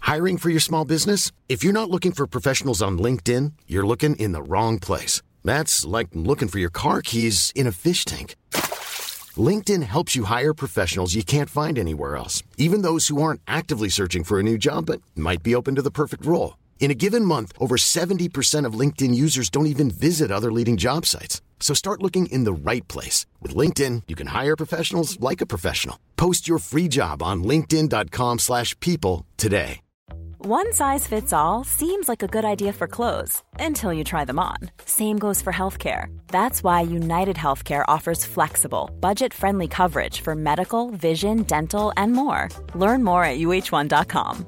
Hiring for your small business? If you're not looking for professionals on LinkedIn, you're looking in the wrong place. That's like looking for your car keys in a fish tank. LinkedIn helps you hire professionals you can't find anywhere else, even those who aren't actively searching for a new job but might be open to the perfect role. In a given month, over 70% of LinkedIn users don't even visit other leading job sites. So start looking in the right place. With LinkedIn, you can hire professionals like a professional. Post your free job on linkedin.com/people today. One size fits all seems like a good idea for clothes until you try them on. Same goes for healthcare. That's why United Healthcare offers flexible, budget-friendly coverage for medical, vision, dental, and more. Learn more at uh1.com.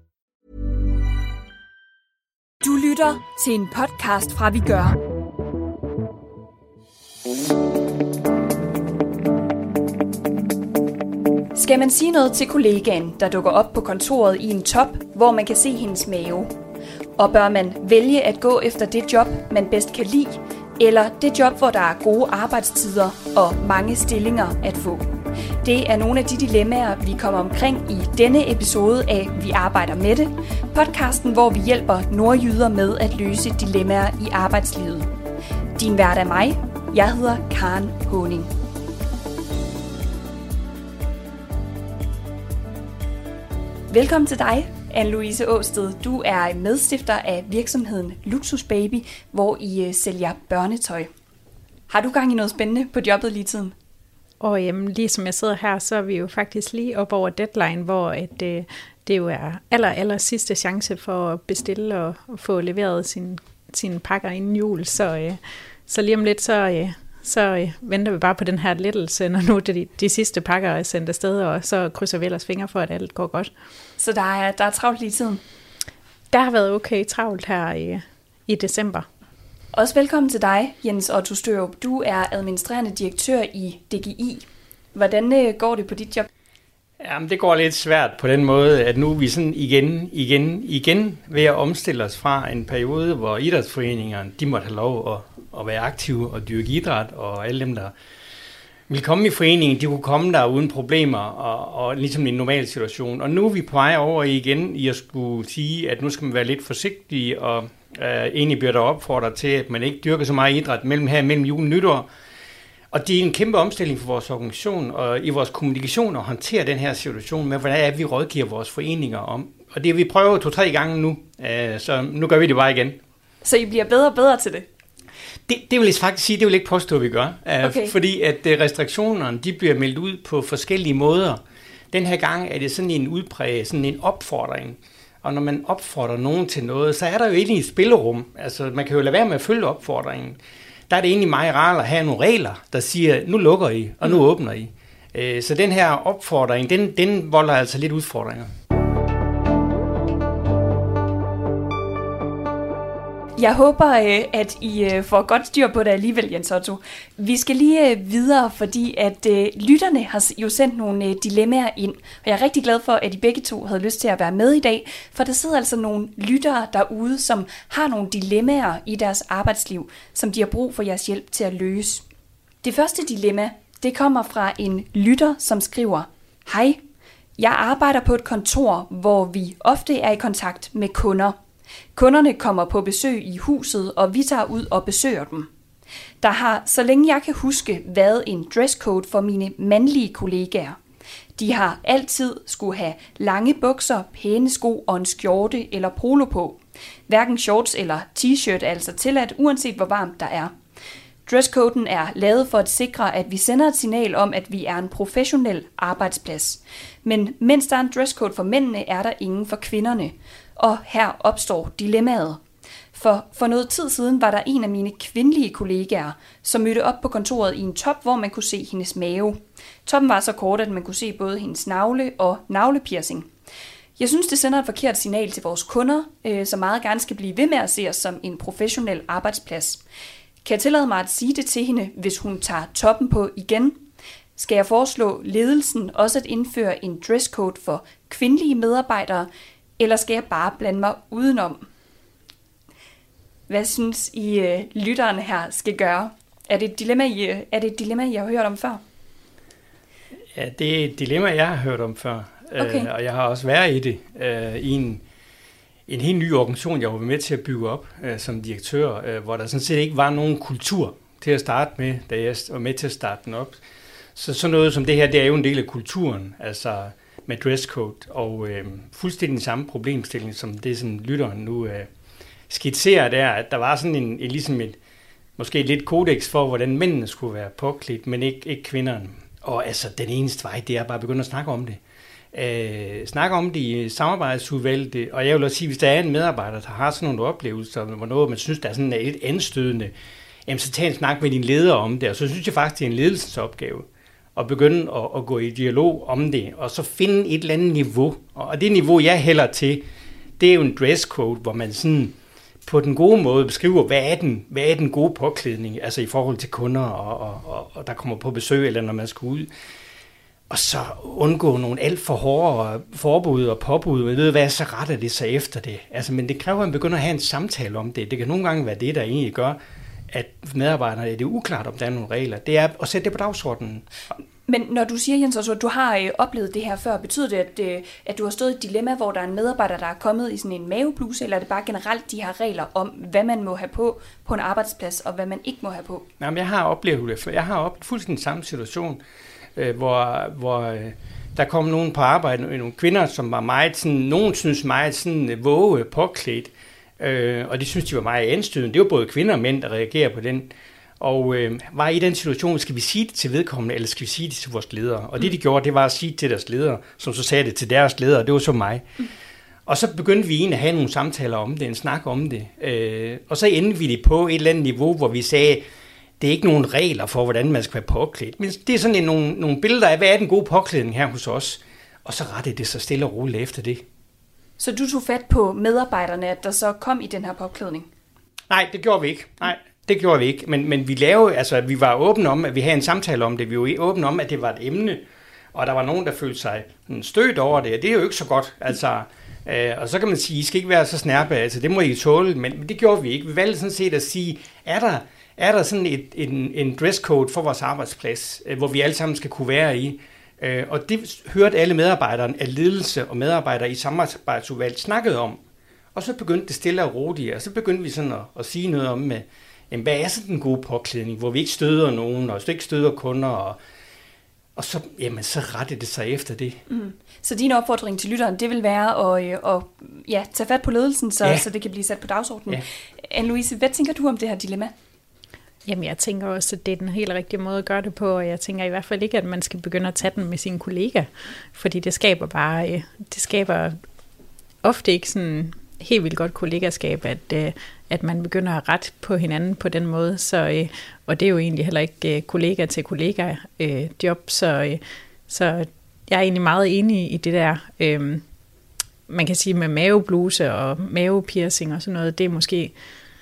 Du lytter til en podcast fra Vi Gør. Skal man sige noget til kollegaen, der dukker op på kontoret i en top, hvor man kan se hendes mave? Og bør man vælge at gå efter det job, man bedst kan lide, eller det job, hvor der er gode arbejdstider og mange stillinger at få? Det er nogle af de dilemmaer, vi kommer omkring i denne episode af Vi arbejder med det, podcasten, hvor vi hjælper nordjyder med at løse dilemmaer i arbejdslivet. Din vært er mig. Jeg hedder Karen Håning. Velkommen til dig, Anne-Louise Aasted. Du er medstifter af virksomheden Luxus Baby, hvor I sælger børnetøj. Har du gang i noget spændende på jobbet lige tiden? Og lige som jeg sidder her, så er vi jo faktisk lige op over deadline, hvor det jo er aller sidste chance for at bestille og få leveret sine pakker inden jul. Så lige om lidt, så venter vi bare på den her lettelse, når nu de sidste pakker er sendt afsted, og så krydser vi ellers fingre for, at alt går godt. Så der er travlt lige tiden? Der har været okay travlt her i december. Også velkommen til dig, Jens Otto Størup. Du er administrerende direktør i DGI. Hvordan går det på dit job? Jamen, det går lidt svært på den måde, at nu er vi sådan igen ved at omstille os fra en periode, hvor idrætsforeningerne, de måtte have lov at være aktive og dyrke idræt, og alle dem, der ville komme i foreningen, de kunne komme der uden problemer, og ligesom i en normal situation. Og nu er vi på vej over igen i at skulle sige, at nu skal man være lidt forsigtig, og egentlig bliver der opfordret til, at man ikke dyrker så meget idræt mellem jul og nytår. Og det er en kæmpe omstilling for vores organisation og i vores kommunikation at håndtere den her situation med, hvordan vi rådgiver vores foreninger om. Og det har vi prøvet 2-3 gange nu, så nu gør vi det bare igen. Så I bliver bedre og bedre til det? Det vil jeg faktisk sige, det vil ikke påstå, at vi gør. Okay. Fordi at restriktionerne, de bliver meldt ud på forskellige måder. Den her gang er det sådan en udpræget, sådan en opfordring. Og når man opfordrer nogen til noget, så er der jo egentlig et spillerum. Altså man kan jo lade være med at følge opfordringen. Der er det egentlig meget rart at have nogle regler, der siger, nu lukker I, og nu åbner I. Så den her opfordring, den volder altså lidt udfordringer. Jeg håber, at I får godt styr på det alligevel, Jens Otto. Vi skal lige videre, fordi at lytterne har jo sendt nogle dilemmaer ind. Og jeg er rigtig glad for, at I begge to havde lyst til at være med i dag. For der sidder altså nogle lyttere derude, som har nogle dilemmaer i deres arbejdsliv, som de har brug for jeres hjælp til at løse. Det første dilemma, det kommer fra en lytter, som skriver: Hej, jeg arbejder på et kontor, hvor vi ofte er i kontakt med kunder. Kunderne kommer på besøg i huset, og vi tager ud og besøger dem. Der har, så længe jeg kan huske, været en dresscode for mine mandlige kollegaer. De har altid skulle have lange bukser, pæne sko og en skjorte eller polo på. Hverken shorts eller t-shirt er altså tilladt, uanset hvor varmt der er. Dresscoden er lavet for at sikre, at vi sender et signal om, at vi er en professionel arbejdsplads. Men mens der er en dresscode for mændene, er der ingen for kvinderne. Og her opstår dilemmaet. For noget tid siden var der en af mine kvindelige kollegaer, som mødte op på kontoret i en top, hvor man kunne se hendes mave. Toppen var så kort, at man kunne se både hendes navle og navlepiercing. Jeg synes, det sender et forkert signal til vores kunder, som meget gerne skal blive ved med at se os som en professionel arbejdsplads. Kan jeg tillade mig at sige det til hende, hvis hun tager toppen på igen? Skal jeg foreslå ledelsen også at indføre en dresscode for kvindelige medarbejdere, eller skal jeg bare blande mig udenom? Hvad synes I lytterne her skal gøre? Er det et dilemma, I har hørt om før? Ja, det er et dilemma, jeg har hørt om før. Okay. Og jeg har også været i det i en helt ny organisation, jeg var med til at bygge op som direktør, hvor der sådan set ikke var nogen kultur til at starte med, da jeg var med til at starte den op. Så sådan noget som det her, det er jo en del af kulturen, altså med dresscode, og fuldstændig samme problemstilling, som det, som lytteren nu skitserer der, at der var sådan ligesom måske lidt kodex for, hvordan mændene skulle være påklædt, men ikke kvinderne. Og altså, den eneste vej, det er bare at begynde at snakke om det. Snakke om det i samarbejdsudvalget, og jeg vil også sige, hvis der er en medarbejder, der har sådan nogle oplevelser, hvor noget, man synes, der er sådan lidt anstødende, jamen, så tag en snak med din leder om det, og så synes jeg faktisk, det er en ledelsesopgave at begynde at gå i dialog om det, og så finde et eller andet niveau. Og det niveau, jeg hælder til, det er jo en dresscode, hvor man sådan på den gode måde beskriver, hvad er den gode påklædning, altså i forhold til kunder, og der kommer på besøg, eller når man skal ud. Og så undgå nogle alt for hårde forbud og påbud, og ved hvad, så retter det sig efter det. Altså, men det kræver, at man begynder at have en samtale om det. Det kan nogle gange være det, der egentlig gør, at medarbejderne er det uklart, om der er nogle regler. Det er at sætte det på dagsordenen. Men når du siger, Jens, at du har oplevet det her før, betyder det, at du har stået i et dilemma, hvor der er en medarbejder, der er kommet i sådan en mavebluse, eller er det bare generelt de her regler om, hvad man må have på en arbejdsplads, og hvad man ikke må have på? Jamen, jeg har oplevet det. Jeg har oplevet fuldstændig samme situation, hvor der kom nogen på arbejde, nogle kvinder, som var meget sådan, nogen synes meget sådan våge påklædt, og de synes, de var meget anstødende. Det var både kvinder og mænd, der reagerer på den. Og var i den situation, skal vi sige det til vedkommende, eller skal vi sige det til vores ledere? Og det, de gjorde, det var at sige til deres ledere, som så sagde det til deres ledere, det var så mig. Og så begyndte vi egentlig at have nogle samtaler om det, en snak om det. Og så endte vi det på et eller andet niveau, hvor vi sagde, det er ikke nogen regler for, hvordan man skal være påklædt. Men det er sådan nogle billeder af, hvad er den gode påklædning her hos os? Og så rettede det sig stille og roligt efter det. Så du tog fat på medarbejderne, at der så kom i den her påklædning? Nej, det gjorde vi ikke. Nej. Det gjorde vi ikke, men vi var åbne om, at vi havde en samtale om det. Vi var åbne om, at det var et emne, og der var nogen, der følte sig stødt over det, og det er jo ikke så godt. Altså, og så kan man sige, I skal ikke være så snærpe, altså det må I tåle, men det gjorde vi ikke. Vi valgte sådan set at sige, er der sådan en dresscode for vores arbejdsplads, hvor vi alle sammen skal kunne være i? Og det hørte alle medarbejderne, at ledelse og medarbejdere i samarbejdsudvalget snakkede om. Og så begyndte det stille og roligt, og så begyndte vi sådan at sige noget om, jamen, hvad er så den gode påklædning, hvor vi ikke støder nogen, og ikke støder kunder, og så, jamen, så retter det sig efter det. Mm. Så din opfordring til lytteren, det vil være at tage fat på ledelsen, så det kan blive sat på dagsordenen. Ja. Anne-Louise, hvad tænker du om det her dilemma? Jamen, jeg tænker også, at det er den helt rigtige måde at gøre det på, og jeg tænker i hvert fald ikke, at man skal begynde at tage den med sine kollegaer, fordi det skaber ofte ikke sådan helt vildt godt kollegaskab, at man begynder at rette på hinanden på den måde, så, og det er jo egentlig heller ikke kollega til kollega job, så jeg er egentlig meget enig i det der, man kan sige med mavebluse og mavepiercing og sådan noget, det er måske,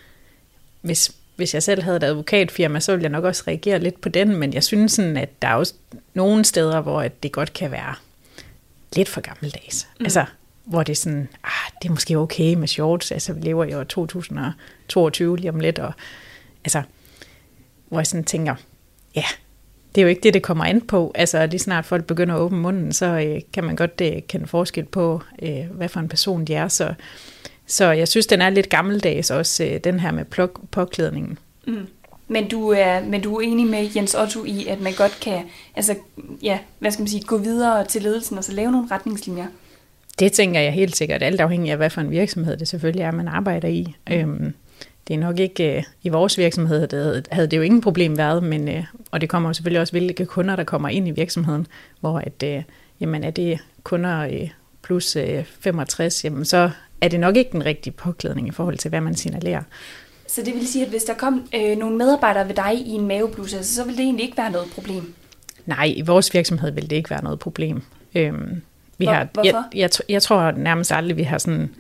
hvis jeg selv havde et advokatfirma, så ville jeg nok også reagere lidt på den, men jeg synes sådan, at der er også nogle steder, hvor det godt kan være lidt for gammeldags. Altså, hvor det er sådan, det er måske okay med shorts, altså vi lever i år 2022 lige om lidt, og altså, hvor jeg sådan tænker, ja, det er jo ikke det kommer an på, altså lige snart folk begynder at åbne munden, så kan man godt kende forskel på, hvad for en person de er, så jeg synes, den er lidt gammeldags også, den her med påklædningen. Mm. Men du er enig med Jens Otto i, at man godt kan, altså, ja, hvad skal man sige, gå videre til ledelsen og så lave nogle retningslinjer? Det tænker jeg helt sikkert, alt afhængig af, hvad for en virksomhed det selvfølgelig er, man arbejder i. Det er nok ikke, i vores virksomhed havde det jo ingen problem været, men, og det kommer jo selvfølgelig også, hvilke kunder, der kommer ind i virksomheden, hvor jamen, er det kunder plus 65, jamen, så er det nok ikke den rigtige påklædning i forhold til, hvad man signalerer. Så det vil sige, at hvis der kom nogle medarbejdere ved dig i en mavebluse, så ville det egentlig ikke være noget problem? Nej, i vores virksomhed vil det ikke være noget problem. Hvorfor? Jeg tror nærmest aldrig, vi har sådan,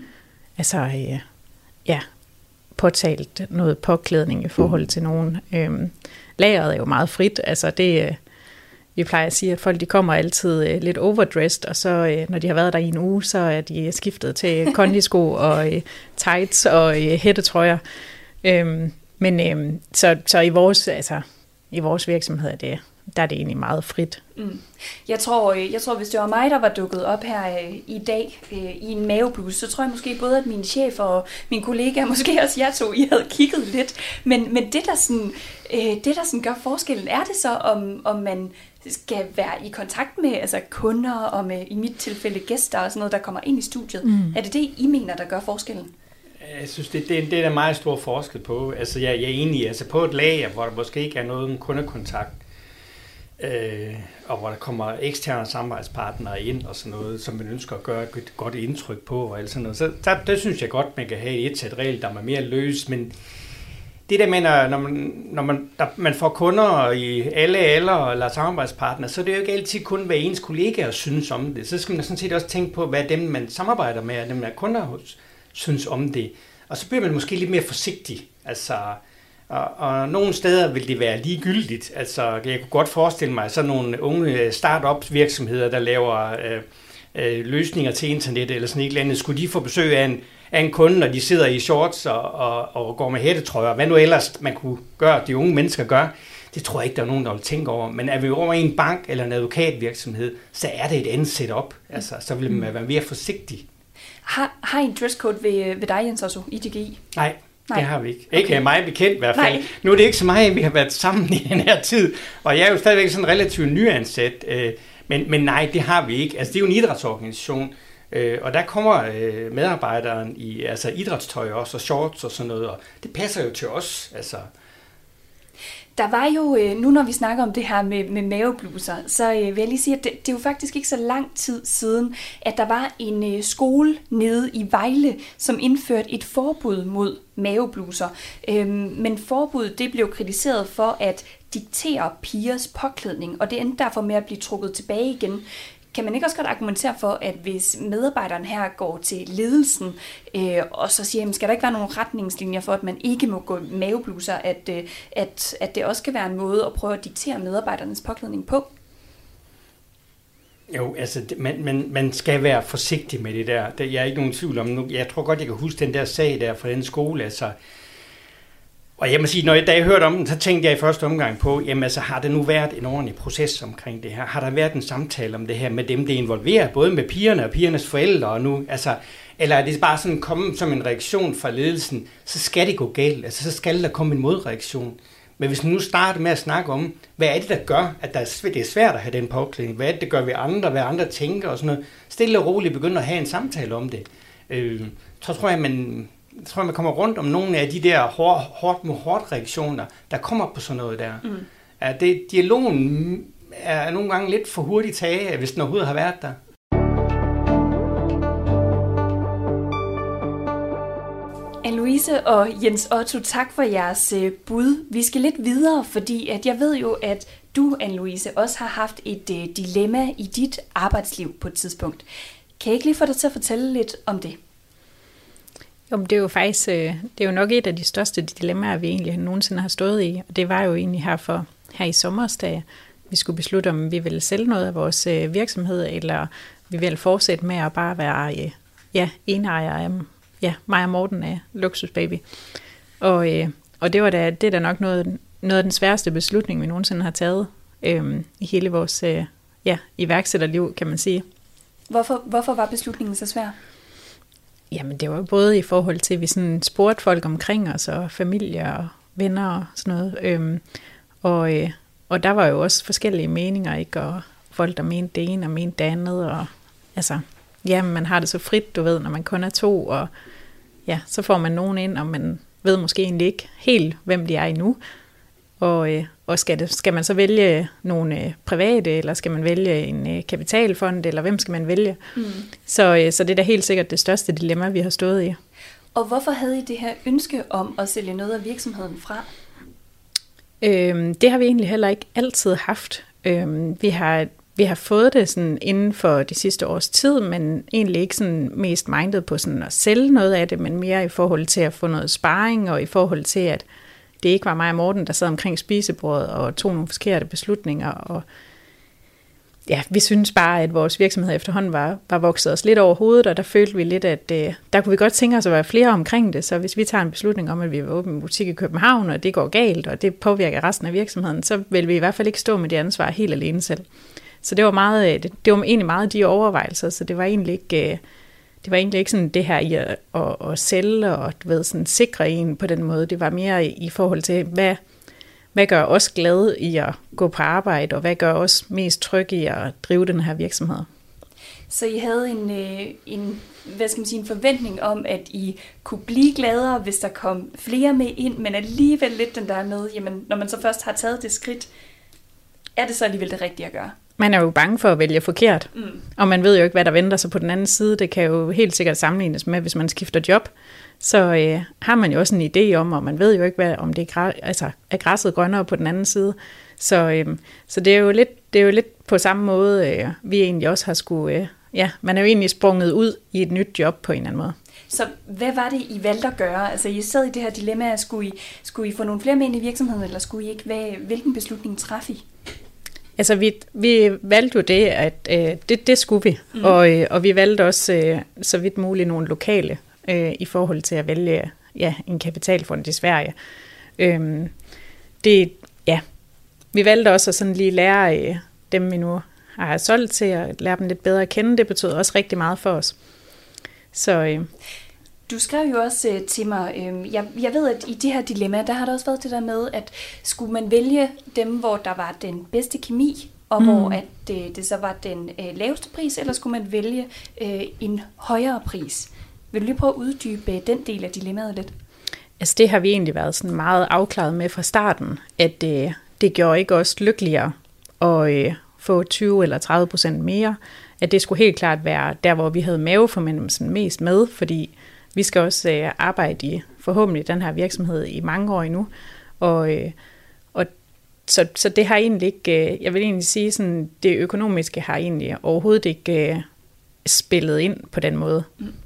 påtalt noget påklædning i forhold til nogen. Lageret er jo meget frit, altså det, vi plejer at sige, at folk de kommer altid lidt overdressed, og så når de har været der i en uge, så er de skiftet til kondisko og tights og hættetrøjer. Så i vores virksomhed er der er det egentlig meget frit. Jeg tror, hvis det var mig, der var dukket op her i dag i en mavebluse, så tror jeg måske både, at min chef og min kollega, måske også jer to, I havde kigget lidt. Men det, der sådan gør forskellen, er det så, om man skal være i kontakt med kunder og med, i mit tilfælde, gæster og sådan noget, der kommer ind i studiet. Er det det, I mener, der gør forskellen? Jeg synes, det er der meget stor forskel på. Altså, jeg er enig, på et lager, hvor der måske ikke er noget kundekontakt, og hvor der kommer eksterne samarbejdspartnere ind og sådan noget, som man ønsker at gøre et godt indtryk på og alt sådan noget. Så der synes jeg godt, man kan have et sæt regel, der er mere løs, men det der med, når man får kunder i alle aldre eller samarbejdspartnere, så er det jo ikke altid kun, hvad ens kollegaer synes om det. Så skal man sådan set også tænke på, hvad dem, man samarbejder med, og dem, der er kunder hos, synes om det. Og så bliver man måske lidt mere forsigtig. Altså, og nogle steder vil det være ligegyldigt. Altså, jeg kunne godt forestille mig, sådan nogle unge start-up virksomheder, der laver løsninger til internet eller sådan et eller andet, skulle de få besøg af en kunde, når de sidder i shorts og går med hættetrøjer. Hvad nu ellers man kunne gøre, de unge mennesker gør, det tror jeg ikke, der er nogen, der vil tænke over. Men er vi over i en bank eller en advokatvirksomhed, så er det et andet setup. Altså, så vil man være mere forsigtig. Har I en dresscode ved dig, Jens Otto, i DGI? Nej, det har vi ikke. Okay. Ikke af mig bekendt i hvert fald. Nej. Nu er det ikke så meget, vi har været sammen i den her tid, og jeg er jo stadigvæk sådan relativt nyansat, men nej, det har vi ikke. Altså, det er jo en idrætsorganisation, og der kommer medarbejderen i idrætstøj også, og shorts og sådan noget, og det passer jo til os. Altså. Der var jo, nu når vi snakker om det her med mavebluser, så vil jeg lige sige, at det er jo faktisk ikke så lang tid siden, at der var en skole nede i Vejle, som indførte et forbud mod mavebluser. Men forbuddet det blev kritiseret for at diktere pigers påklædning, og det endte derfor med at blive trukket tilbage igen. Kan man ikke også godt argumentere for, at hvis medarbejderen her går til ledelsen, og så siger, skal der ikke være nogle retningslinjer for, at man ikke må gå mavebluser, at det også kan være en måde at prøve at diktere medarbejdernes påklædning på? Jo, altså, man skal være forsigtig med det der. Jeg er ikke nogen tvivl om nu. Jeg tror godt, jeg kan huske den der sag der fra den skole, altså. Og jeg må sige, da jeg hørte om den, så tænkte jeg i første omgang på, jamen altså, har det nu været en ordentlig proces omkring det her? Har der været en samtale om det her med dem, det involverer, både med pigerne og pigernes forældre og nu, altså, eller er det bare sådan kommet som en reaktion fra ledelsen, så skal det gå galt, altså så skal der komme en modreaktion. Men hvis man nu starter med at snakke om, hvad er det, der gør, at det er svært at have den påklædning, hvad er det, der gør ved andre, hvad andre tænker og sådan noget, stille og roligt begynder at have en samtale om det. Så tror jeg, man kommer rundt om nogle af de der hårdt mod hårdt reaktioner, der kommer på sådan noget der. Dialogen er nogle gange lidt for hurtigt taget, hvis den overhovedet har været der. Anne-Louise og Jens Otto, tak for jeres bud. Vi skal lidt videre, fordi at jeg ved jo, at du, Anne-Louise, også har haft et dilemma i dit arbejdsliv på et tidspunkt. Kan jeg ikke lige få dig til at fortælle lidt om det? Jo, det er jo faktisk, det er jo nok et af de største dilemmaer, vi egentlig nogensinde har stået i. Og det var jo egentlig her i sommer, da vi skulle beslutte, om vi ville sælge noget af vores virksomhed, eller vi ville fortsætte med at bare være enejer af mig og Morten af Luksusbaby. Og det er da nok noget af den sværeste beslutning, vi nogensinde har taget i hele vores iværksætterliv, kan man sige. Hvorfor var beslutningen så svær? Jamen, det var jo både i forhold til, at vi sådan spurgte folk omkring os, og familie og venner og sådan noget. Og der var jo også forskellige meninger, ikke? Og folk, der mente det ene og mente det andet. Og altså, man har det så frit, du ved, når man kun er 2. Og så får man nogen ind, og man ved måske egentlig ikke helt, hvem de er endnu. Og skal man så vælge nogle private, eller skal man vælge en kapitalfond, eller hvem skal man vælge? Så det er da helt sikkert det største dilemma, vi har stået i. Og hvorfor havde I det her ønske om at sælge noget af virksomheden fra? Det har vi egentlig heller ikke altid haft. Vi har fået det sådan inden for de sidste års tid, men egentlig ikke sådan mest mindet på sådan at sælge noget af det, men mere i forhold til at få noget sparring, og i forhold til, at det ikke var mig og Morten, der sad omkring spisebordet og tog nogle forkerte beslutninger. vi synes bare, at vores virksomhed efterhånden var vokset os lidt over hovedet, og der følte vi lidt, at der kunne vi godt tænke os at være flere omkring det. Så hvis vi tager en beslutning om, at vi vil åbne en butik i København, og det går galt, og det påvirker resten af virksomheden, så vil vi i hvert fald ikke stå med det ansvar helt alene selv. Så det var egentlig meget de overvejelser, så det var egentlig ikke sådan det her i at sælge og sådan sikre en på den måde. Det var mere i forhold til, hvad gør os glade i at gå på arbejde, og hvad gør os mest trygge i at drive den her virksomhed. Så I havde en forventning om, at I kunne blive gladere, hvis der kom flere med ind, men alligevel lidt den der med, jamen, når man så først har taget det skridt, er det så alligevel det rigtige at gøre? Man er jo bange for at vælge forkert, og man ved jo ikke, hvad der venter sig på den anden side. Det kan jo helt sikkert sammenlignes med, hvis man skifter job, så har man jo også en idé om, og man ved jo ikke, om det er græsset grønnere på den anden side. Så det er jo lidt på samme måde, vi egentlig også har skulle... man er jo egentlig sprunget ud i et nyt job på en eller anden måde. Så hvad var det, I valgte at gøre? Altså, I sad i det her dilemma, skulle I få nogle flere med ind i virksomheden, eller skulle I ikke? Hvilken beslutning træffe I? Altså, vi valgte jo det, at det skulle vi. Og vi valgte også så vidt muligt nogle lokale i forhold til at vælge en kapitalfond i Sverige. Vi valgte også at sådan lige lære dem, vi nu har solgt til, at lære dem lidt bedre at kende. Det betød også rigtig meget for os. Så... Du skrev jo også til mig, jeg ved, at i det her dilemma, der har der også været det der med, at skulle man vælge dem, hvor der var den bedste kemi, og hvor at det så var den laveste pris, eller skulle man vælge en højere pris? Vil du lige prøve at uddybe den del af dilemmaet lidt? Altså det har vi egentlig været sådan meget afklaret med fra starten, at det gjorde ikke os lykkeligere at få 20 eller 30% mere. At det skulle helt klart være der, hvor vi havde mavefornemmelsen mest med, fordi vi skal også arbejde i forhåbentlig den her virksomhed i mange år endnu. Så det har egentlig ikke, jeg vil egentlig sige, sådan, det økonomiske har egentlig overhovedet ikke spillet ind på den måde.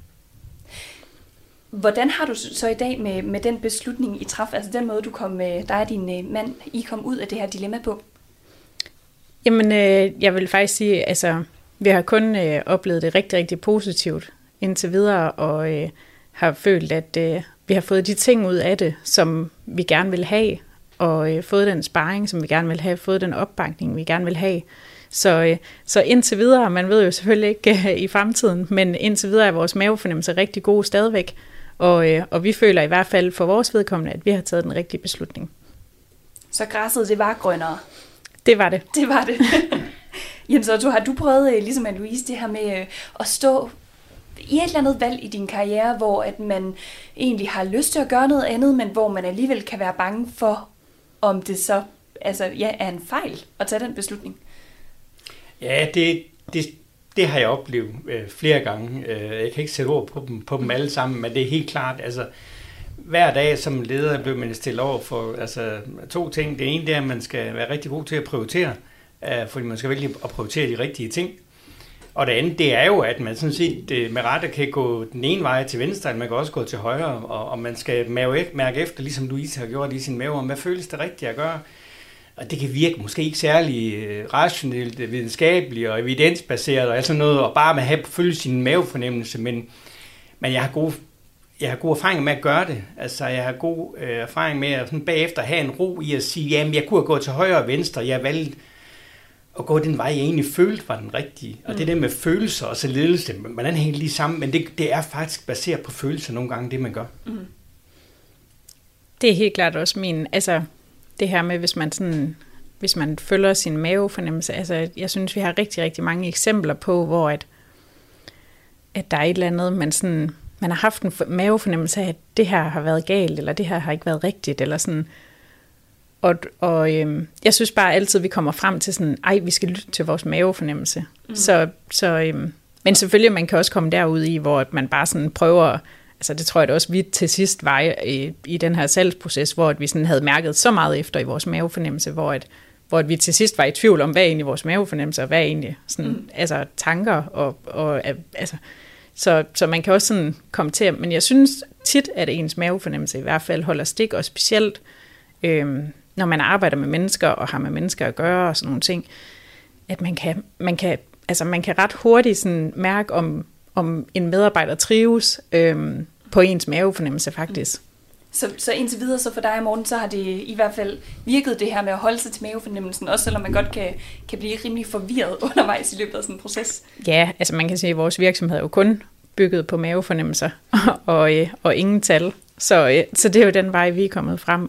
Hvordan har du så i dag med den beslutning, I traf, altså den måde, du kom med dig og din mand, I kom ud af det her dilemma på? Jamen, jeg vil faktisk sige, altså, vi har kun oplevet det rigtig, rigtig positivt indtil videre, og har følt, at vi har fået de ting ud af det, som vi gerne vil have, og fået den sparring, som vi gerne vil have, fået den opbakning, vi gerne vil have. Så indtil videre, man ved jo selvfølgelig ikke i fremtiden, men indtil videre er vores mavefornemmelse rigtig god stadigvæk, og vi føler i hvert fald for vores vedkommende, at vi har taget den rigtige beslutning. Så græsset, det var grønnere? Det var det. Det var det. Jens Otto, har du prøvet, ligesom Louise, det her med at stå i et eller andet valg i din karriere, hvor at man egentlig har lyst til at gøre noget andet, men hvor man alligevel kan være bange for, om det så er en fejl at tage den beslutning? Ja, det har jeg oplevet flere gange. Jeg kan ikke sætte ord på dem alle sammen, men det er helt klart, altså hver dag som leder blev man stillet over for to ting. Det ene det er, at man skal være rigtig god til at prioritere, fordi man skal vælge at prioritere de rigtige ting. Og det andet, det er jo, at man sådan set med rette kan gå den ene vej til venstre, eller man kan også gå til højre, og man skal mærke efter, ligesom Louise har gjort i sin mave, om hvad føles det rigtigt at gøre. Og det kan virke måske ikke særlig rationelt, videnskabeligt og evidensbaseret og sådan noget, og bare med at følge sin mavefornemmelse, men jeg har god erfaring med at gøre det. Altså, jeg har god erfaring med at sådan bagefter have en ro i at sige, jamen, jeg kunne have gået til højre og venstre, jeg valgte at gå den vej, jeg egentlig følte var den rigtige. Og det der med følelser og så ledelse, man er helt lige sammen, men det er faktisk baseret på følelser nogle gange, det man gør. Mm. Det er helt klart også det her med, hvis man følger sin mavefornemmelse, altså jeg synes, vi har rigtig, rigtig mange eksempler på, hvor at der er et eller andet, man har haft en mavefornemmelse af, at det her har været galt, eller det her har ikke været rigtigt, eller sådan. Og jeg synes bare altid, vi kommer frem til sådan, vi skal lytte til vores mavefornemmelse. Mm. Men selvfølgelig, man kan også komme derud i, hvor man bare sådan prøver, altså det tror jeg da også, vi til sidst var i den her salgsproces, hvor vi sådan havde mærket så meget efter i vores mavefornemmelse, hvor vi til sidst var i tvivl om, hvad er egentlig vores mavefornemmelse, og hvad er egentlig sådan, altså tanker, så man kan også sådan komme til, men jeg synes tit, at ens mavefornemmelse i hvert fald holder stik, og specielt når man arbejder med mennesker, og har med mennesker at gøre, og sådan nogle ting, at man kan ret hurtigt sådan mærke, om en medarbejder trives på ens mavefornemmelse faktisk. Så indtil videre, så for dig, Morten, så har det i hvert fald virket det her med at holde sig til mavefornemmelsen, også selvom man godt kan blive rimelig forvirret undervejs i løbet af sådan en proces. Ja, altså man kan sige, at vores virksomhed er jo kun bygget på mavefornemmelser og ingen tal. Så det er jo den vej, vi er kommet frem.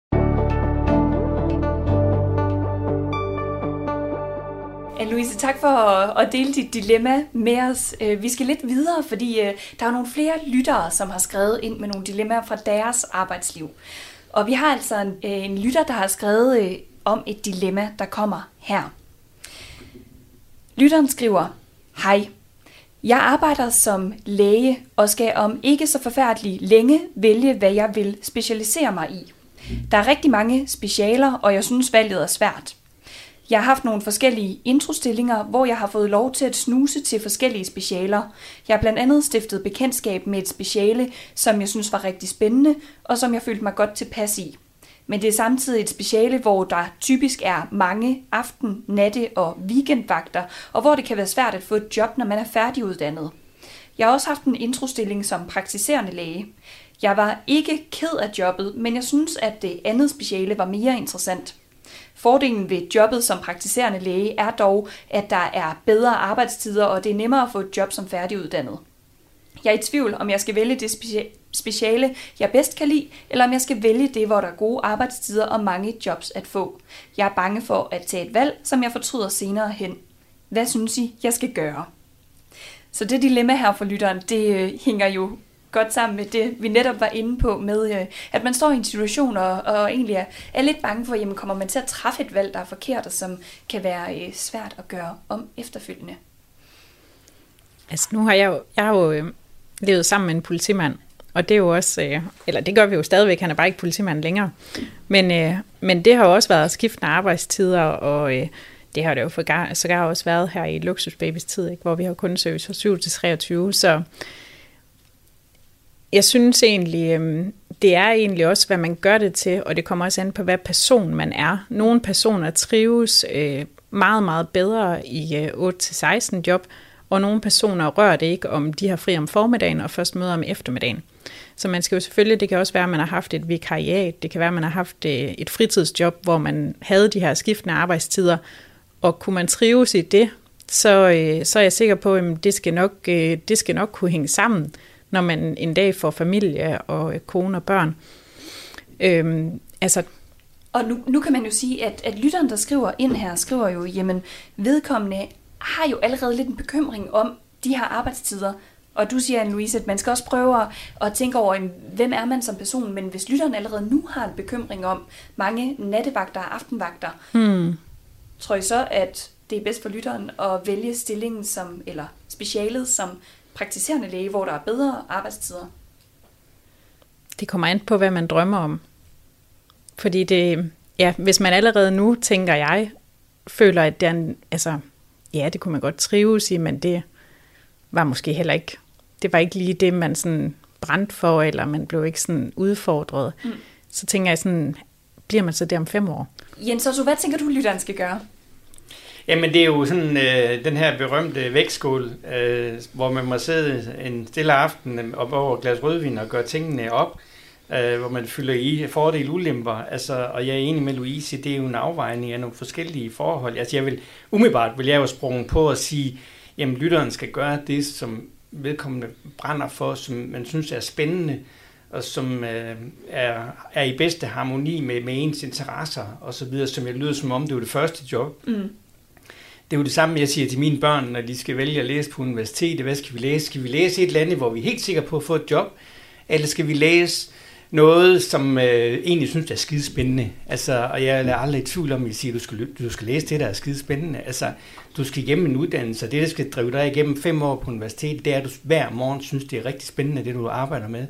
Louise, tak for at dele dit dilemma med os. Vi skal lidt videre, fordi der er nogle flere lyttere, som har skrevet ind med nogle dilemmaer fra deres arbejdsliv. Og vi har altså en lytter, der har skrevet om et dilemma, der kommer her. Lytteren skriver: Hej, jeg arbejder som læge og skal om ikke så forfærdeligt længe vælge, hvad jeg vil specialisere mig i. Der er rigtig mange specialer, og jeg synes, valget er svært. Jeg har haft nogle forskellige introstillinger, hvor jeg har fået lov til at snuse til forskellige specialer. Jeg har blandt andet stiftet bekendtskab med et speciale, som jeg synes var rigtig spændende, og som jeg følte mig godt tilpas i. Men det er samtidig et speciale, hvor der typisk er mange aften-, natte- og weekendvagter, og hvor det kan være svært at få et job, når man er færdiguddannet. Jeg har også haft en introstilling som praktiserende læge. Jeg var ikke ked af jobbet, men jeg synes, at det andet speciale var mere interessant. Fordelen ved jobbet som praktiserende læge er dog, at der er bedre arbejdstider, og det er nemmere at få et job som færdiguddannet. Jeg er i tvivl, om jeg skal vælge det speciale, jeg bedst kan lide, eller om jeg skal vælge det, hvor der er gode arbejdstider og mange jobs at få. Jeg er bange for at tage et valg, som jeg fortryder senere hen. Hvad synes I, jeg skal gøre? Så det dilemma her for lytteren, det hænger jo godt sammen med det, vi netop var inde på med, at man står i en situation og egentlig er lidt bange for, jamen kommer man til at træffe et valg, der er forkert, og som kan være svært at gøre om efterfølgende. Altså nu har jeg jo levet sammen med en politimand, og det er jo også, eller det gør vi jo stadigvæk, han er bare ikke politimand længere, men det har jo også været skiftende arbejdstider, og det har det jo sågar også været her i Luksusbabys tid, ikke, hvor vi har kun service fra 7 til 23, så jeg synes egentlig, det er egentlig også, hvad man gør det til, og det kommer også an på, hvad person man er. Nogle personer trives meget, meget bedre i 8-16 job, og nogle personer rører det ikke, om de har fri om formiddagen og først møder om eftermiddagen. Så man skal jo selvfølgelig, det kan også være, at man har haft et vikariat, det kan være, at man har haft et fritidsjob, hvor man havde de her skiftende arbejdstider, og kunne man trives i det, så er jeg sikker på, at det skal nok kunne hænge sammen, når man en dag får familie og kone og børn. Og nu kan man jo sige, at lytteren, der skriver ind her, skriver jo, jamen vedkommende har jo allerede lidt en bekymring om de her arbejdstider. Og du siger, Anne-Louise, at man skal også prøve at tænke over, hvem er man som person, men hvis lytteren allerede nu har en bekymring om mange nattevagter og aftenvagter, tror I så, at det er bedst for lytteren at vælge stillingen eller specialet som praktiserende læge, hvor der er bedre arbejdstider? Det kommer an på, hvad man drømmer om. Fordi hvis man allerede nu, tænker jeg, føler, at det kunne man godt trives i, men det var måske heller ikke, det var ikke lige det, man sådan brændte for, eller man blev ikke sådan udfordret. Så tænker jeg sådan, bliver man så der om 5 år? Jens, så hvad tænker du, lytteren skal gøre? Jamen det er jo sådan den her berømte vægtskål, hvor man må sidde en stille aften op over et glas rødvin og gøre tingene op, hvor man fylder i fordele og ulemper. Altså, og jeg er enig med Louise, det er jo en afvejning af nogle forskellige forhold. Altså umiddelbart vil jeg jo sprunge på at sige, jamen lytteren skal gøre det, som vedkommende brænder for, som man synes er spændende, og som er i bedste harmoni med ens interesser og så videre, som jeg lyder som om det var det første job. Det er jo det samme, jeg siger til mine børn, når de skal vælge at læse på universitetet. Hvad skal vi læse? Skal vi læse et eller andet, hvor vi er helt sikre på at få et job? Eller skal vi læse noget, som egentlig synes er skidespændende? Altså, og jeg er aldrig i tvivl om, at jeg siger, at du skal læse det, der er skidespændende. Altså, du skal igennem en uddannelse, og det, der skal drive dig igennem 5 år på universitetet, det er, at du hver morgen synes, det er rigtig spændende, det du arbejder med.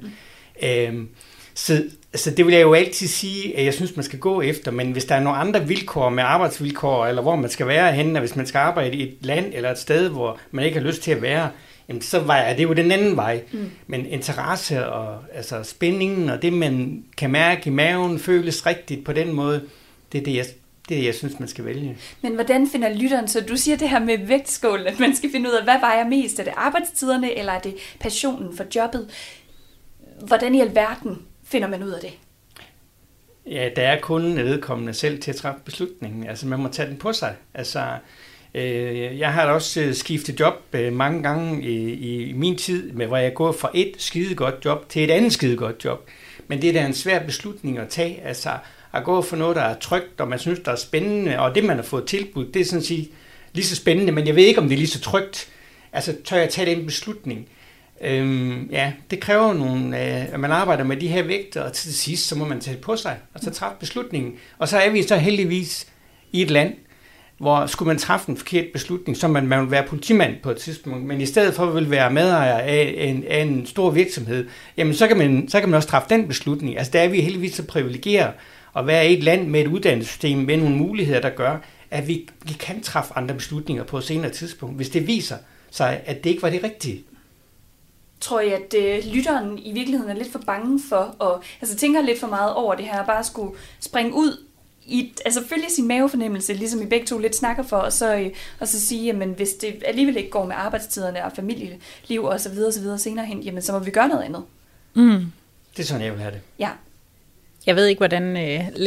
Så det vil jeg jo altid sige, at jeg synes, man skal gå efter, men hvis der er nogle andre vilkår med arbejdsvilkår, eller hvor man skal være henne, og hvis man skal arbejde i et land eller et sted, hvor man ikke har lyst til at være, jamen så er det jo den anden vej. Men interesse og altså spændingen, og det man kan mærke i maven, føles rigtigt på den måde, det er det, jeg det, jeg synes, man skal vælge. Men hvordan finder lytteren, så du siger det her med vægtskålen, at man skal finde ud af, hvad vejer mest? Er det arbejdstiderne, eller er det passionen for jobbet? Hvordan i alverden finder man ud af det? Ja, der er kun vedkommende selv til at træffe beslutningen. Altså, man må tage den på sig. Altså, jeg har også skiftet job mange gange i min tid, hvor jeg går fra et skidegodt job til et andet skidegodt job. Men det er da en svær beslutning at tage. Altså, at gå for noget, der er trygt, og man synes, der er spændende, og det, man har fået tilbudt, det er sådan set lige så spændende, men jeg ved ikke, om det er lige så trygt. Altså, tør jeg tage den beslutning? Ja, det kræver at man arbejder med de her vægter, og til sidst, så må man tage det på sig, og så træffe beslutningen. Og så er vi så heldigvis i et land, hvor skulle man træffe en forkert beslutning, så man vil være politimand på et tidspunkt, men i stedet for at vil være medejer af en stor virksomhed, jamen så kan man også træffe den beslutning. Altså der er vi heldigvis så privilegeret at være i et land med et uddannelsessystem med nogle muligheder, der gør, at vi kan træffe andre beslutninger på et senere tidspunkt, hvis det viser sig, at det ikke var det rigtige. Tror jeg, at lytteren i virkeligheden er lidt for bange for, og altså tænker lidt for meget over det her, bare skulle springe ud, følge sin mavefornemmelse, ligesom I begge to lidt snakker for, og så sige, jamen hvis det alligevel ikke går med arbejdstiderne og familieliv og så videre senere hen, jamen så må vi gøre noget andet. Mm. Det er sådan, jeg vil have det. Ja. Jeg ved ikke, hvordan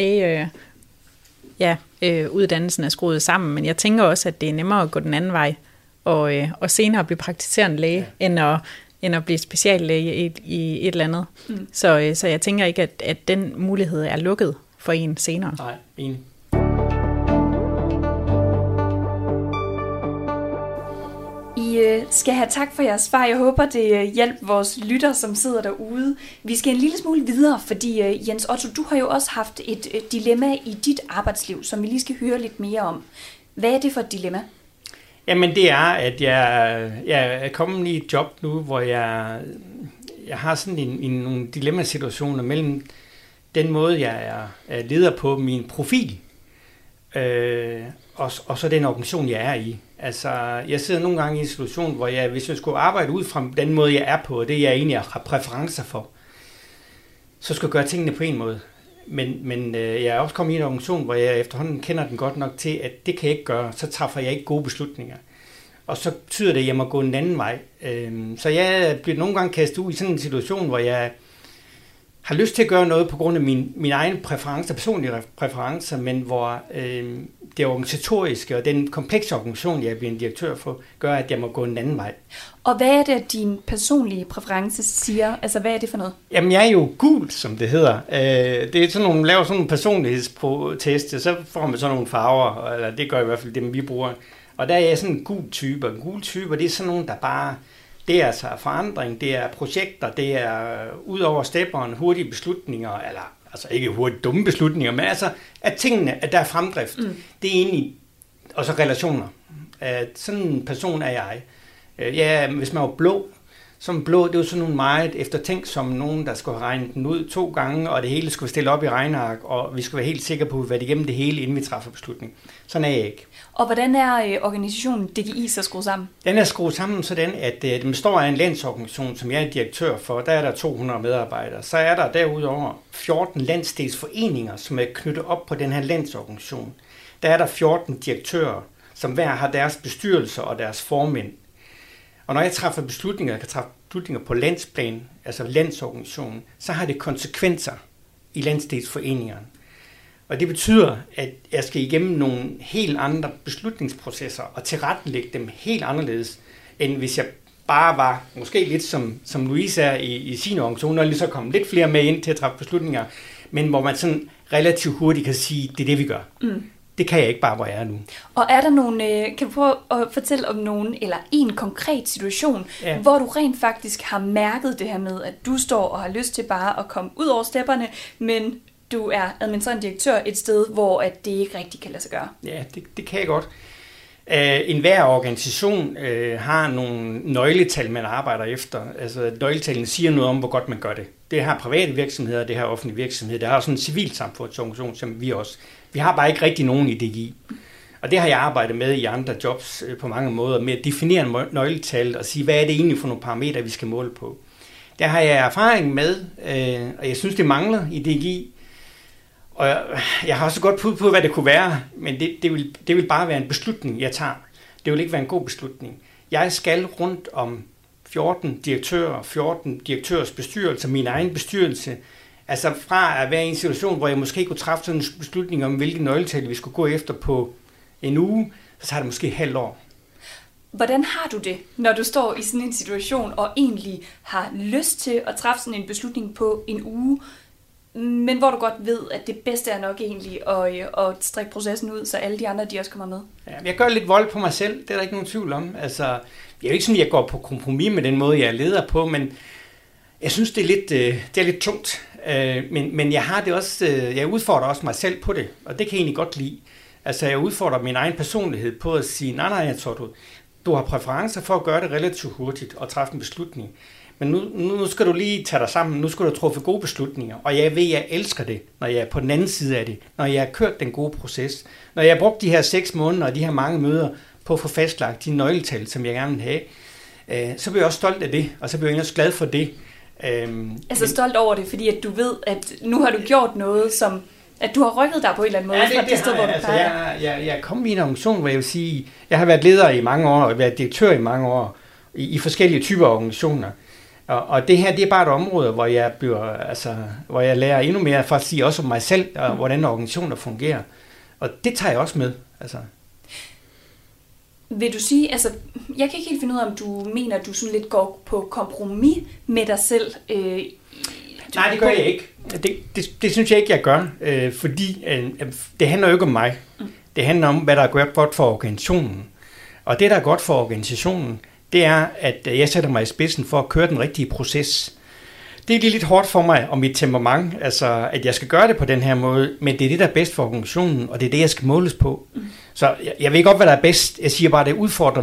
uddannelsen er skruet sammen, men jeg tænker også, at det er nemmere at gå den anden vej, og senere blive praktiserende læge, end at blive speciallæge i et eller andet. Mm. Så jeg tænker ikke, at den mulighed er lukket for en senere. Nej, enig. I skal have tak for jeres svar. Jeg håber, det hjælper vores lytter, som sidder derude. Vi skal en lille smule videre, fordi Jens Otto, du har jo også haft et dilemma i dit arbejdsliv, som vi lige skal høre lidt mere om. Hvad er det for et dilemma? Jamen det er, at jeg er kommet i et job nu, hvor jeg har sådan nogle dilemmasituationer mellem den måde, jeg er leder på min profil, og så den organisation, jeg er i. Altså, jeg sidder nogle gange i en situation, hvor hvis jeg skulle arbejde ud fra den måde, jeg er på, og det jeg egentlig har præferencer for, så skal jeg gøre tingene på en måde. Men jeg er også kommet i en organisation, hvor jeg efterhånden kender den godt nok til, at det kan jeg ikke gøre, så træffer jeg ikke gode beslutninger. Og så betyder det, at jeg må gå en anden vej. Så jeg bliver nogle gange kastet ud i sådan en situation, hvor jeg har lyst til at gøre noget på grund af mine egne præferencer, personlige præferencer, men hvor det organisatoriske og den komplekse organisation, jeg bliver en direktør for, gør, at jeg må gå en anden vej. Og hvad er det, din personlige præference siger? Altså, hvad er det for noget? Jamen, jeg er jo gul, som det hedder. Det er sådan nogle, laver sådan nogle personlighedstest, så får man sådan nogle farver, eller det gør i hvert fald dem, vi bruger. Og der er jeg sådan en gul type, og en gul type, det er sådan nogle, der bare... Det er altså forandring, det er projekter, det er ud over stepperen, hurtige beslutninger, eller altså ikke hurtigt dumme beslutninger, men altså at tingene, at der er fremdrift, det er egentlig, og så relationer. Sådan en person er jeg. Hvis man var blå, som blå, det er jo sådan nogle meget eftertænksomme nogen, der skulle have regnet den ud 2 gange, og det hele skulle stille op i regneark, og vi skulle være helt sikre på, at vi var igennem det hele, inden vi træffer beslutning. Sådan er jeg ikke. Og hvordan er organisationen DGI så skruet sammen? Den er skruet sammen sådan, at den består af en landsorganisation, som jeg er direktør for. Der er der 200 medarbejdere. Så er der derudover 14 landsdelsforeninger, som er knyttet op på den her landsorganisation. Der er der 14 direktører, som hver har deres bestyrelser og deres formænd. Og når jeg træffer beslutninger, jeg kan træffe beslutninger på landsplan, altså landsorganisationen, så har det konsekvenser i landsdelsforeningerne. Og det betyder, at jeg skal igennem nogle helt andre beslutningsprocesser og tilrettelægge dem helt anderledes, end hvis jeg bare var måske lidt som Louise er i sin organisation, og lige så kom lidt flere med ind til at træffe beslutninger, men hvor man sådan relativt hurtigt kan sige, det er det, vi gør. Mm. Det kan jeg ikke bare, hvor jeg er nu. Og er der nogen, kan du prøve at fortælle om nogen, eller en konkret situation, hvor du rent faktisk har mærket det her med, at du står og har lyst til bare at komme ud over stepperne, men du er administrerende direktør et sted, hvor at det ikke rigtig kan lade sig gøre? Ja, det kan jeg godt. Enhver organisation har nogle nøgletal, man arbejder efter. Altså nøgletallene siger noget om, hvor godt man gør det. Det har private virksomheder, det har offentlige virksomheder, det har også en civilsamfundsorganisation, som vi også. Vi har bare ikke rigtig nogen i DGI. Og det har jeg arbejdet med i andre jobs på mange måder, med at definere nøgletal og sige, hvad er det egentlig for nogle parametre, vi skal måle på. Der har jeg erfaring med, og jeg synes, det mangler i DGI, Og jeg har også godt pudet på, hvad det kunne være, men det vil bare være en beslutning, jeg tager. Det vil ikke være en god beslutning. Jeg skal rundt om 14 direktører, 14 direktørs bestyrelser, min egen bestyrelse. Altså fra at være i en situation, hvor jeg måske kunne træffe sådan en beslutning om, hvilke nøgletal vi skulle gå efter på en uge, så tager det måske et halvt år. Hvordan har du det, når du står i sådan en situation og egentlig har lyst til at træffe sådan en beslutning på en uge, men hvor du godt ved, at det bedste er nok egentlig at strikke processen ud, så alle de andre de også kommer med? Ja, jeg gør lidt vold på mig selv, det er der ikke nogen tvivl om. Altså, det er jo ikke sådan, at jeg går på kompromis med den måde, jeg er leder på, men jeg synes, det er lidt tungt. Men jeg har det også, jeg udfordrer også mig selv på det, og det kan jeg egentlig godt lide. Altså, jeg udfordrer min egen personlighed på at sige, nej, jeg tror, du har præferencer for at gøre det relativt hurtigt og træffe en beslutning. Men nu skal du lige tage dig sammen, nu skal du træffe gode beslutninger. Og jeg ved, jeg elsker det, når jeg er på den anden side af det, når jeg har kørt den gode proces. Når jeg har brugt de her 6 måneder og de her mange møder på at få fastlagt de nøgletal, som jeg gerne vil have, så bliver jeg også stolt af det, og så bliver jeg også glad for det. Altså stolt over det, fordi at du ved, at nu har du gjort noget, som at du har rykket dig på en eller anden måde fra det sted, hvor du plejer. Jeg er kommet i en organisation, hvor jeg vil sige, jeg har været leder i mange år, og været direktør i mange år, i forskellige typer organisationer. Og det her, det er bare et område, hvor jeg lærer endnu mere, for at sige også om mig selv, og hvordan organisationer fungerer. Og det tager jeg også med. Altså. Vil du sige, altså, jeg kan ikke helt finde ud af, om du mener, at du sådan lidt går på kompromis med dig selv? Nej, det gør jeg ikke. Det synes jeg ikke, jeg gør, fordi det handler jo ikke om mig. Det handler om, hvad der er godt for organisationen. Og det, der er godt for organisationen, det er, at jeg sætter mig i spidsen for at køre den rigtige proces. Det er lidt hårdt for mig og mit temperament, altså at jeg skal gøre det på den her måde, men det er det, der er bedst for organisationen, og det er det, jeg skal måles på. Så jeg ved godt, hvad der er bedst. Jeg siger bare, at det udfordrer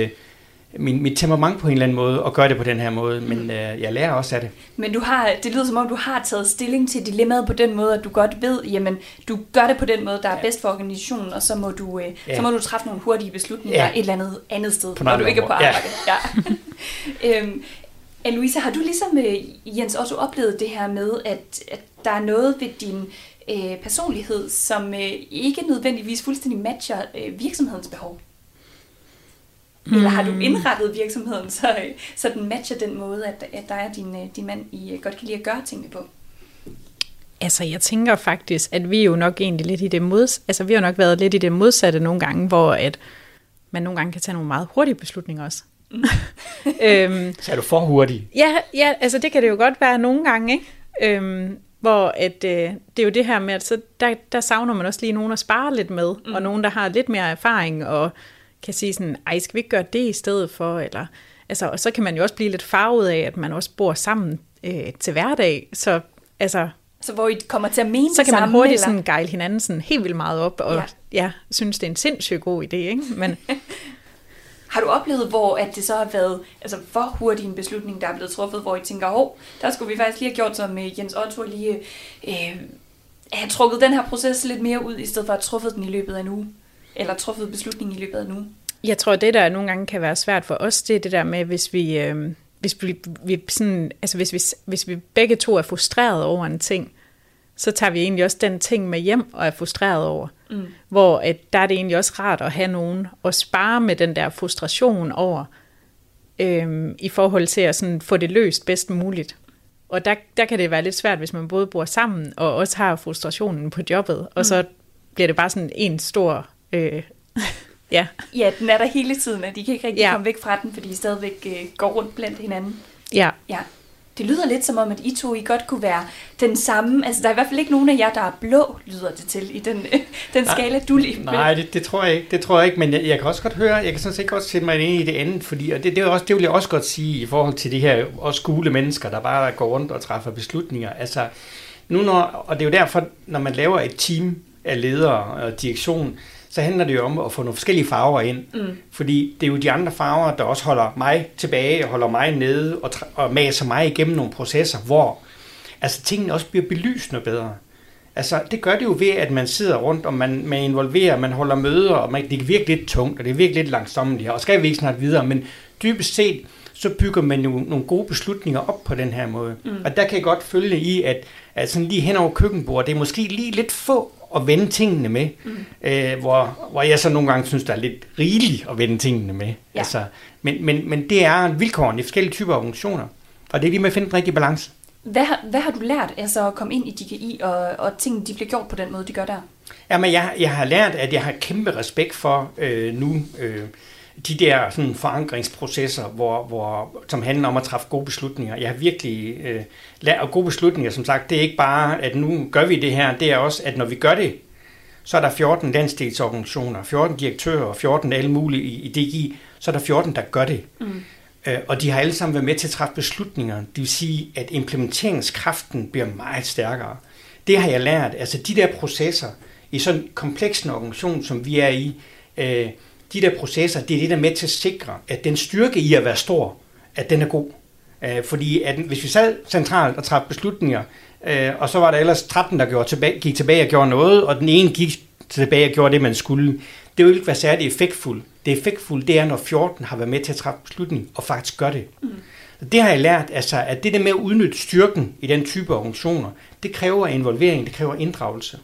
mit temperament på en eller anden måde, og gøre det på den her måde, men jeg lærer også af det. Men det lyder som om, du har taget stilling til dilemmaet på den måde, at du godt ved, jamen, du gør det på den måde, der er bedst for organisationen, og så må du træffe nogle hurtige beslutninger et eller andet sted, hvor du ikke er på arbejde. Ja. Anne-Louise, har du ligesom Jens også oplevet det her med, at der er noget ved din personlighed, som ikke nødvendigvis fuldstændig matcher virksomhedens behov? Eller har du indrettet virksomheden, så den matcher den måde, at der er din mand, I godt kan lide at gøre tingene på? Altså, jeg tænker faktisk, at vi jo nok egentlig lidt i det vi har nok været lidt i det modsatte nogle gange, hvor at man nogle gange kan tage nogle meget hurtige beslutninger også. Så er du for hurtig? Ja, altså det kan det jo godt være nogle gange, ikke? Hvor at, det er jo det her med, at så der savner man også lige nogen at spare lidt med, og nogen, der har lidt mere erfaring, og kan sige sådan, skal vi ikke gøre det i stedet for? Eller, altså, og så kan man jo også blive lidt farvet af, at man også bor sammen til hverdag, så hvor I kommer til at mene så kan sammen, man hurtigt eller? sådan gejle hinanden sådan helt vildt meget op, og synes, det er en sindssygt god idé, ikke? Men har du oplevet, hvor at det så har været for hurtig en beslutning, der er blevet truffet, hvor I tænker, der skulle vi faktisk lige have gjort som Jens Otto, lige have trukket den her proces lidt mere ud, i stedet for at have truffet den i løbet af en uge? Eller truffet beslutningen i løbet af en uge? Jeg tror, det der nogle gange kan være svært for os, det er det der med, hvis vi begge to er frustreret over en ting, så tager vi egentlig også den ting med hjem og er frustreret over. Hvor der er det egentlig også rart at have nogen at spare med den der frustration over, i forhold til at sådan få det løst bedst muligt. Og der kan det være lidt svært, hvis man både bor sammen og også har frustrationen på jobbet, og så bliver det bare sådan en stor... Ja, den er der hele tiden, at de kan ikke rigtig komme væk fra den, fordi I stadigvæk går rundt blandt hinanden. Ja. Det lyder lidt som om, at I to godt kunne være den samme. Altså, der er i hvert fald ikke nogen af jer, der er blå, lyder det til, i den skala, du lige med. Nej, det tror jeg ikke. Det tror jeg ikke, men jeg kan også godt høre, jeg kan sådan set godt sætte mig ind i det andet, fordi, og det vil jeg også godt sige i forhold til de her også gule mennesker, der bare går rundt og træffer beslutninger. Altså, og det er jo derfor, når man laver et team af ledere og direktion, så handler det jo om at få nogle forskellige farver ind. Fordi det er jo de andre farver, der også holder mig tilbage, og holder mig nede, og maser mig igennem nogle processer, hvor tingene også bliver belyst noget bedre. Altså, det gør det jo ved, at man sidder rundt, og man involverer, man holder møder, og det kan virke lidt tungt, og det er virkelig lidt langsomt, og skal vi ikke snart videre, men dybest set, så bygger man jo nogle gode beslutninger op på den her måde. Og der kan jeg godt følge i, at sådan lige hen over køkkenbordet, det er måske lige lidt få at vende tingene med, hvor jeg så nogle gange synes, der er lidt rigeligt at vende tingene med. Ja. Altså, men det er vilkårene i forskellige typer organisationer, og det er lige med at finde den rigtige balance. Hvad har du lært, altså at komme ind i DGI, og tingene de bliver gjort på den måde, de gør der? Jamen, jeg har lært, at jeg har kæmpe respekt for de der sådan, forankringsprocesser, som handler om at træffe gode beslutninger. Jeg har virkelig lært, og gode beslutninger, som sagt, det er ikke bare, at nu gør vi det her, det er også, at når vi gør det, så er der 14 landsdelsorganisationer, 14 direktører og 14 alle mulige i DGI, så er der 14, der gør det. Og de har alle sammen været med til at træffe beslutninger. Det vil sige, at implementeringskraften bliver meget stærkere. Det har jeg lært. Altså de der processer i sådan en kompleks en organisation, som vi er i, de der processer, det er det, der er med til at sikre, at den styrke i at være stor, at den er god. Fordi at hvis vi sad centralt og træffede beslutninger, og så var der ellers 13, der gik tilbage og gjorde noget, og den ene gik tilbage og gjorde det, man skulle, det vil ikke være særlig effektfuldt. Det effektfulde, det er, når 14 har været med til at træffe beslutning og faktisk gør det. Det har jeg lært, altså, at det der med at udnytte styrken i den type organisationer, det kræver involvering, det kræver inddragelse.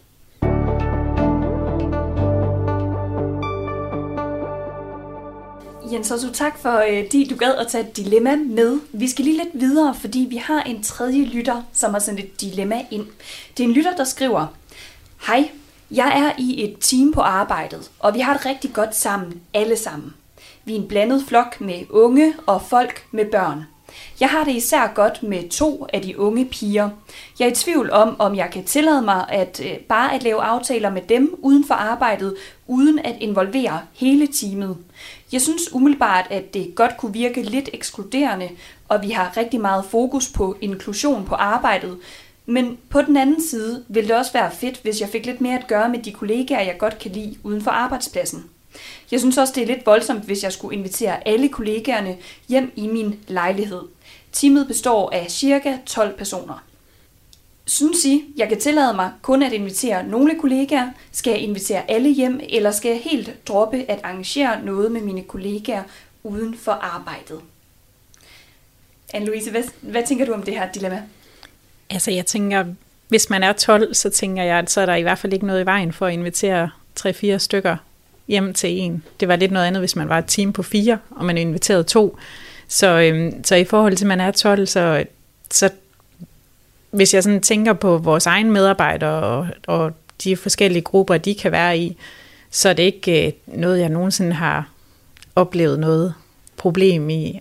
Jens, så tak for, du gad at tage et dilemma med. Vi skal lige lidt videre, fordi vi har en tredje lytter, som har sendt et dilemma ind. Det er en lytter, der skriver: Hej, jeg er i et team på arbejdet, og vi har det rigtig godt sammen, alle sammen. Vi er en blandet flok med unge og folk med børn. Jeg har det især godt med 2 af de unge piger. Jeg er i tvivl om jeg kan tillade mig bare at lave aftaler med dem uden for arbejdet, uden at involvere hele teamet. Jeg synes umiddelbart, at det godt kunne virke lidt ekskluderende, og vi har rigtig meget fokus på inklusion på arbejdet. Men på den anden side ville det også være fedt, hvis jeg fik lidt mere at gøre med de kollegaer, jeg godt kan lide uden for arbejdspladsen. Jeg synes også, det er lidt voldsomt, hvis jeg skulle invitere alle kollegaerne hjem i min lejlighed. Teamet består af cirka 12 personer. Synes I, jeg kan tillade mig kun at invitere nogle kollegaer? Skal jeg invitere alle hjem, eller skal jeg helt droppe at arrangere noget med mine kollegaer uden for arbejdet? Anne-Louise, hvad tænker du om det her dilemma? Altså jeg tænker, hvis man er 12, så tænker jeg, at så er der i hvert fald ikke noget i vejen for at invitere 3-4 stykker hjem til en. Det var lidt noget andet, hvis man var et team på 4, og man inviterede 2. Så i forhold til, at man er 12, så hvis jeg sådan tænker på vores egne medarbejdere og de forskellige grupper, de kan være i, så er det ikke noget, jeg nogensinde har oplevet noget problem i.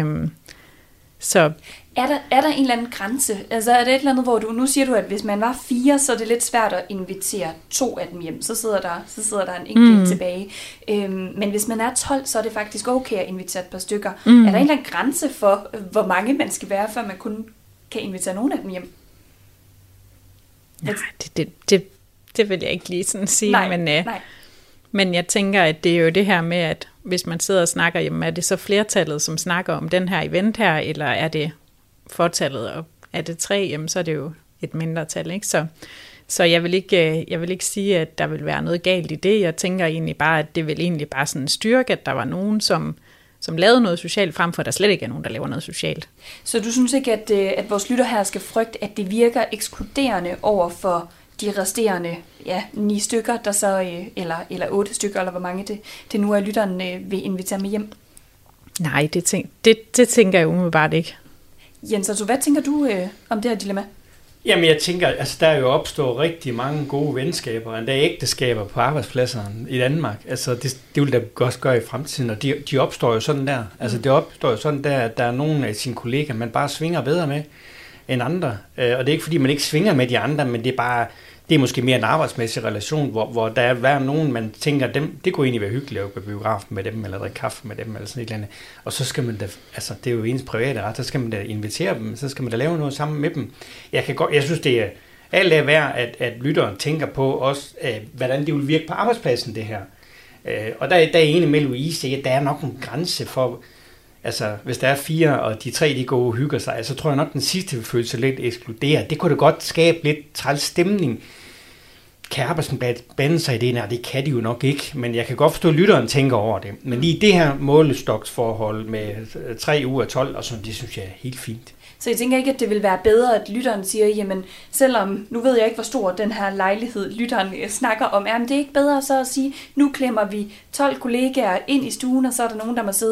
Så er der en eller anden grænse? Altså er det et eller andet, hvor nu siger du, at hvis man var 4, så er det lidt svært at invitere 2 af dem hjem. Så sidder der en enkelt tilbage. Men hvis man er 12, så er det faktisk okay at invitere et par stykker. Er der en eller anden grænse for, hvor mange man skal være, før man kun kan invitere nogen af dem hjem? Nej, det vil jeg ikke lige sådan sige. Nej. Men jeg tænker, at det er jo det her med, at hvis man sidder og snakker, jamen er det så flertallet, som snakker om den her event her, eller er det fortallet, og er det 3, jamen så er det jo et mindretal, ikke? Så jeg vil ikke sige, at der vil være noget galt i det. Jeg tænker egentlig bare, at det vil egentlig bare sådan styrke, at der var nogen, som lavede noget socialt, frem for at der slet ikke er nogen, der laver noget socialt. Så du synes ikke, at vores lytter her skal frygte, at det virker ekskluderende over for de resterende 9 stykker, der så, eller 8 stykker, eller hvor mange det nu er, lytteren vil invitere med hjem? Nej, det tænker jeg umiddelbart ikke. Jens, altså, hvad tænker du om det her dilemma? Jamen, jeg tænker, altså der er jo opstået rigtig mange gode venskaber, endda ægteskaber på arbejdspladserne i Danmark. Altså, det vil der også gøre i fremtiden, og de opstår jo sådan der. Altså, det opstår jo sådan der, at der er nogle af sine kollegaer, man bare svinger bedre med end andre. Og det er ikke, fordi man ikke svinger med de andre, men det er måske mere en arbejdsmæssig relation, hvor der er nogen, man tænker, det kunne egentlig være hyggeligt at gå i biografen med dem, eller drikke kaffe med dem, eller sådan et eller andet. Og så skal man da, altså det er jo ens private ret, så skal man da invitere dem, så skal man da lave noget sammen med dem. Jeg synes, det er alt er værd, at lytteren tænker på også, hvordan det vil virke på arbejdspladsen, det her. Og der er enig med Louise, at der er nok en grænse for, altså hvis der er 4, og de 3, de går og hygger sig, så tror jeg nok, den sidste vil føle sig lidt ekskluderet. Det kunne da godt skabe lidt træls stemning. kan arbejdsplads blande sig i det? Nej, det kan de jo nok ikke, men jeg kan godt forstå, at lytteren tænker over det. Men lige det her målestoksforhold med 3 uger 12, og sådan, det synes jeg er helt fint. Så jeg tænker ikke, at det vil være bedre, at lytteren siger, jamen selvom, nu ved jeg ikke, hvor stor den her lejlighed, lytteren snakker om, men det er ikke bedre så at sige, nu klemmer vi 12 kollegaer ind i stuen, og så er der nogen, der må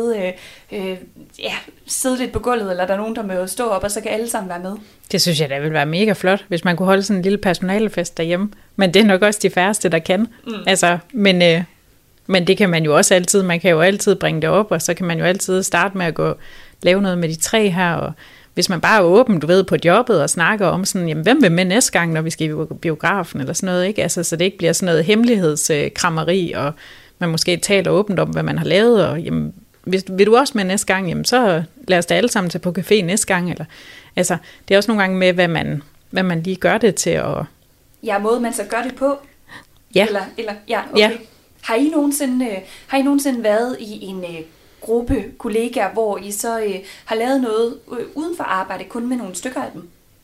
sidde lidt på gulvet, eller der er nogen, der må stå op, og så kan alle sammen være med. Det synes jeg, det ville være mega flot, hvis man kunne holde sådan en lille personalefest derhjemme. Men det er nok også de færreste, der kan. Altså, men det kan man jo også altid. Man kan jo altid bringe det op, og så kan man jo altid starte med at lave noget med de 3 her, og hvis man bare er åben, på jobbet og snakker om sådan, jamen, hvem vil med næste gang, når vi skal i biografen eller sådan noget, ikke? Altså, så det ikke bliver sådan noget hemmelighedskrammeri, og man måske taler åbent om, hvad man har lavet, og jamen, vil du også med næste gang, jamen, så lad os da alle sammen tage på café næste gang, eller, altså, det er også nogle gange med, hvad man lige gør det til at... Ja, måde man så gør det på? Ja. Eller ja, okay. Ja. Har I nogensinde været i en gruppe kollegaer, hvor I så har lavet noget uden for arbejde, kun med nogle stykker af dem?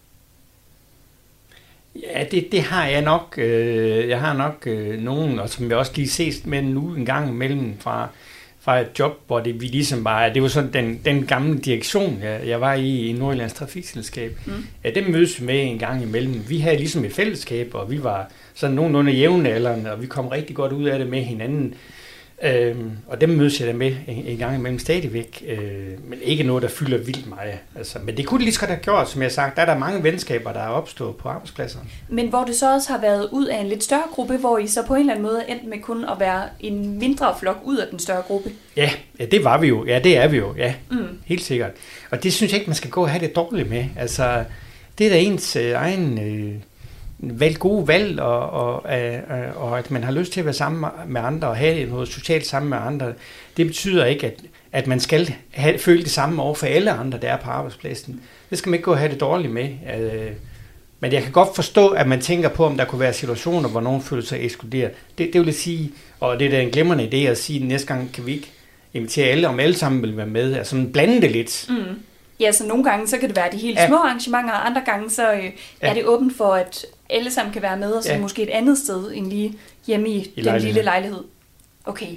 Ja, det har jeg nok. Jeg har nok nogen, og som jeg også lige set med nu en gang imellem fra et job, hvor vi ligesom bare, det var sådan den gamle direktion, jeg var i Nordjyllands Trafikselskab. Ja, dem mødes vi med en gang imellem. Vi havde ligesom et fællesskab, og vi var sådan nogenlunde jævnaldrende, og vi kom rigtig godt ud af det med hinanden. Og dem mødes jeg da med en gang imellem stadigvæk, men ikke noget, der fylder vildt meget. Altså, men det kunne det lige så godt have gjort, som jeg har sagt. Der er der mange venskaber, der er opstået på arbejdspladserne. Men hvor det så også har været ud af en lidt større gruppe, hvor I så på en eller anden måde er endt med kun at være en mindre flok ud af den større gruppe? Ja, det var vi jo. Ja, det er vi jo. Ja, helt sikkert. Og det synes jeg ikke, man skal gå og have det dårligt med. Altså, det er da ens egen... gode valg, og at man har lyst til at være sammen med andre og have noget socialt sammen med andre. Det betyder ikke, at man skal føle det samme over for alle andre, der er på arbejdspladsen. Det skal man ikke gå og have det dårligt med. Men jeg kan godt forstå, at man tænker på, om der kunne være situationer, hvor nogen føler sig ekskluderet. Det vil jeg sige, og det er da en glimrende idé at sige, at næste gang kan vi ikke invitere alle, om alle sammen vil være med. Altså blande det lidt. Ja, så nogle gange så kan det være de helt små arrangementer, og andre gange så er det åbent for, at alle sammen kan være med, og så måske et andet sted end lige hjemme i den lille lejlighed. Okay.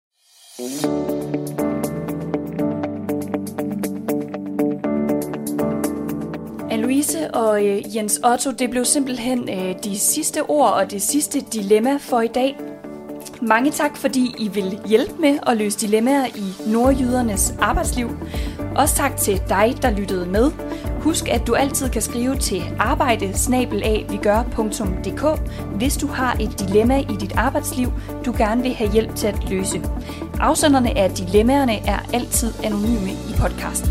Anne-Louise og Jens Otto, det blev simpelthen de sidste ord og det sidste dilemma for i dag. Mange tak, fordi I vil hjælpe med at løse dilemmaer i nordjydernes arbejdsliv. Også tak til dig, der lyttede med. Husk, at du altid kan skrive til arbejde@vigør.dk, hvis du har et dilemma i dit arbejdsliv, du gerne vil have hjælp til at løse. Afsenderne af dilemmaerne er altid anonyme i podcasten.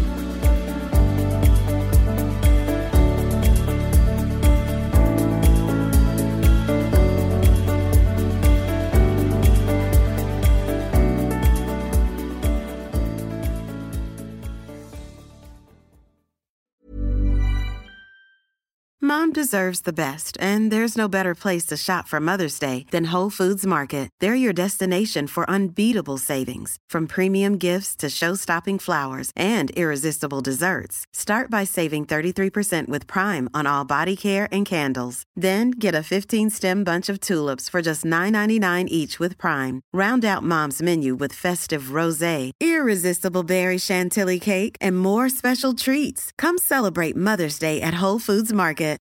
Mom deserves the best, and there's no better place to shop for Mother's Day than Whole Foods Market. They're your destination for unbeatable savings, from premium gifts to show-stopping flowers and irresistible desserts. Start by saving 33% with Prime on all body care and candles. Then get a 15-stem bunch of tulips for just $9.99 each with Prime. Round out Mom's menu with festive rosé, irresistible berry chantilly cake, and more special treats. Come celebrate Mother's Day at Whole Foods Market.